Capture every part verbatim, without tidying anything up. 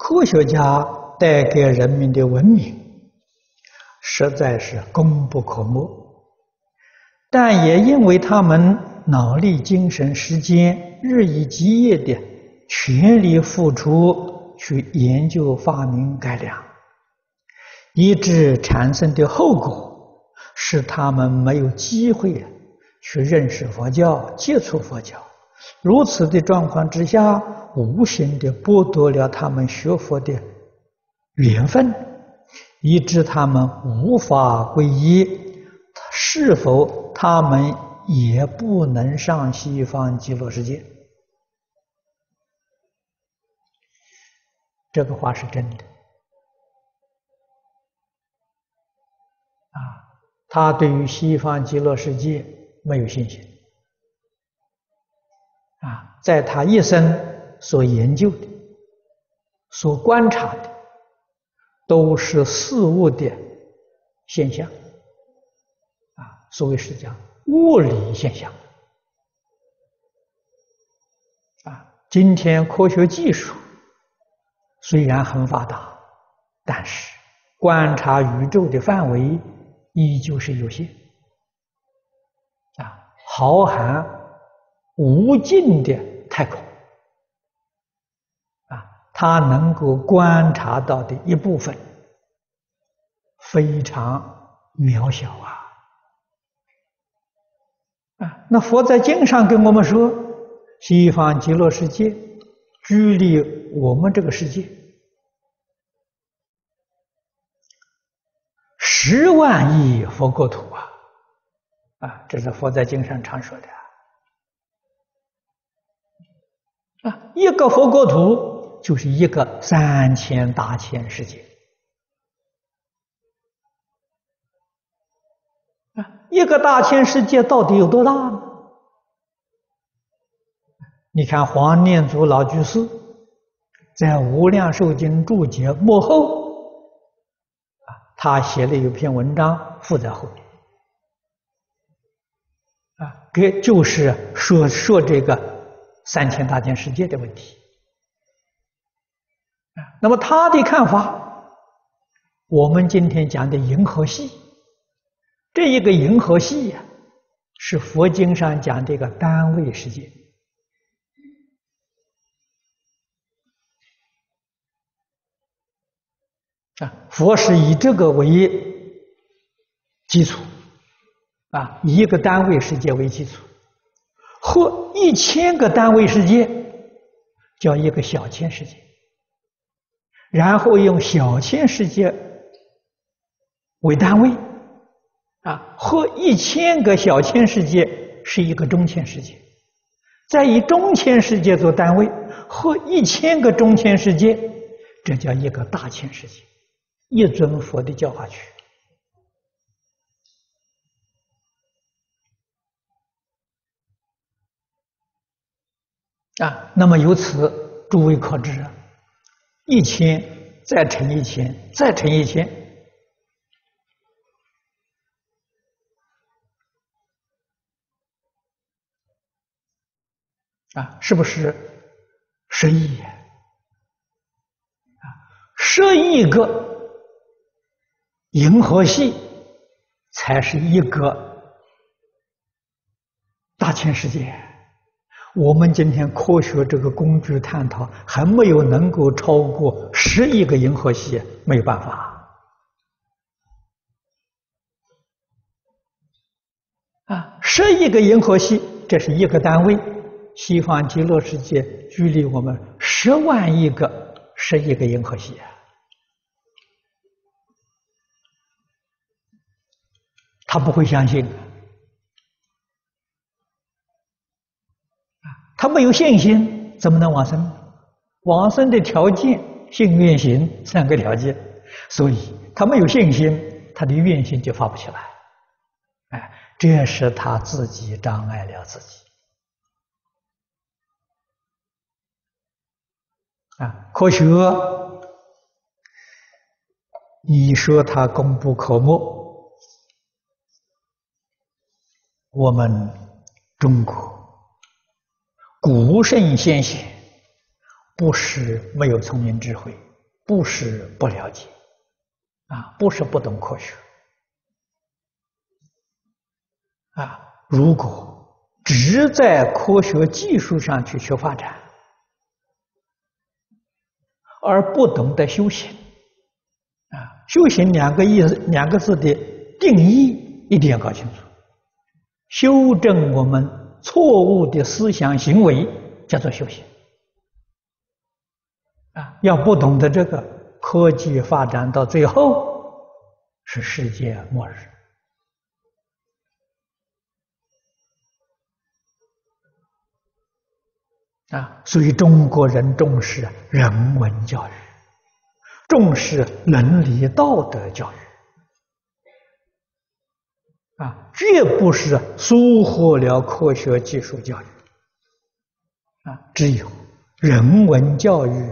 科学家带给人民的文明，实在是功不可没。但也因为他们脑力、精神、时间日以继夜的全力付出去研究、发明、改良，以致产生的后果是他们没有机会去认识佛教、接触佛教。如此的状况之下，无形地剥夺了他们学佛的缘分，以致他们无法皈依。是否他们也不能上西方极乐世界？这个话是真的啊！他对于西方极乐世界没有信心啊，在他一生所研究的、所观察的，都是事物的现象啊，所谓是讲物理现象啊。今天科学技术虽然很发达，但是观察宇宙的范围依旧是有限啊，浩瀚无尽的太空啊，它能够观察到的一部分非常渺小啊啊！那佛在经上跟我们说，西方极乐世界距离我们这个世界十万亿佛国土啊！啊，这是佛在经上常说的啊！一个佛国土就是一个三千大千世界啊！一个大千世界到底有多大呢？你看黄念祖老居士在《无量寿经》注解末后啊，他写了一篇文章附在后面啊，给就是说说这个三千大千世界的问题啊。那么他的看法，我们今天讲的银河系，这一个银河系呀、啊，是佛经上讲的一个单位世界。啊，佛是以这个为基础，啊，以一个单位世界为基础，或一千个单位世界叫一个小千世界，然后用小千世界为单位，啊，或一千个小千世界是一个中千世界，再以中千世界做单位，或一千个中千世界，这叫一个大千世界。一尊佛的教化区啊，那么由此诸位可知啊，一千再乘一千，再乘一千，啊，是不是十亿呀？啊，十亿个银河系才是一个大千世界。我们今天科学这个工具探讨还没有能够超过十亿个银河系，没有办法啊！十亿个银河系，这是一个单位。西方极乐世界距离我们十万亿个十亿个银河系啊！他不会相信，他没有信心，怎么能往生？往生的条件，信愿行三个条件，所以他没有信心，他的愿心就发不起来。哎，这是他自己障碍了自己。啊，科学，你说他功不可没。我们中国古圣先贤不是没有聪明智慧不是不了解啊，不是不懂科学啊。如果只在科学技术上去去发展，而不懂得修行啊，修行两个意思两个字的定义一定要搞清楚。修正我们错误的思想行为叫做修行啊！要不懂得这个，科技发展到最后是世界末日啊！所以中国人重视人文教育，重视伦理道德教育啊，绝不是疏忽了科学技术教育啊！只有人文教育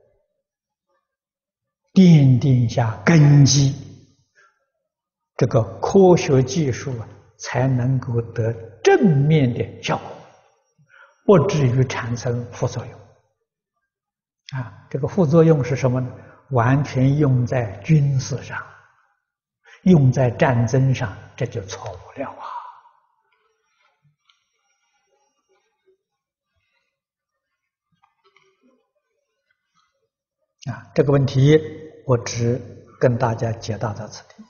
奠定下根基，这个科学技术才能够得正面的效果，不至于产生副作用啊！这个副作用是什么呢？完全用在军事上，用在战争上，这就错误了啊！啊，这个问题我只跟大家解答到此地。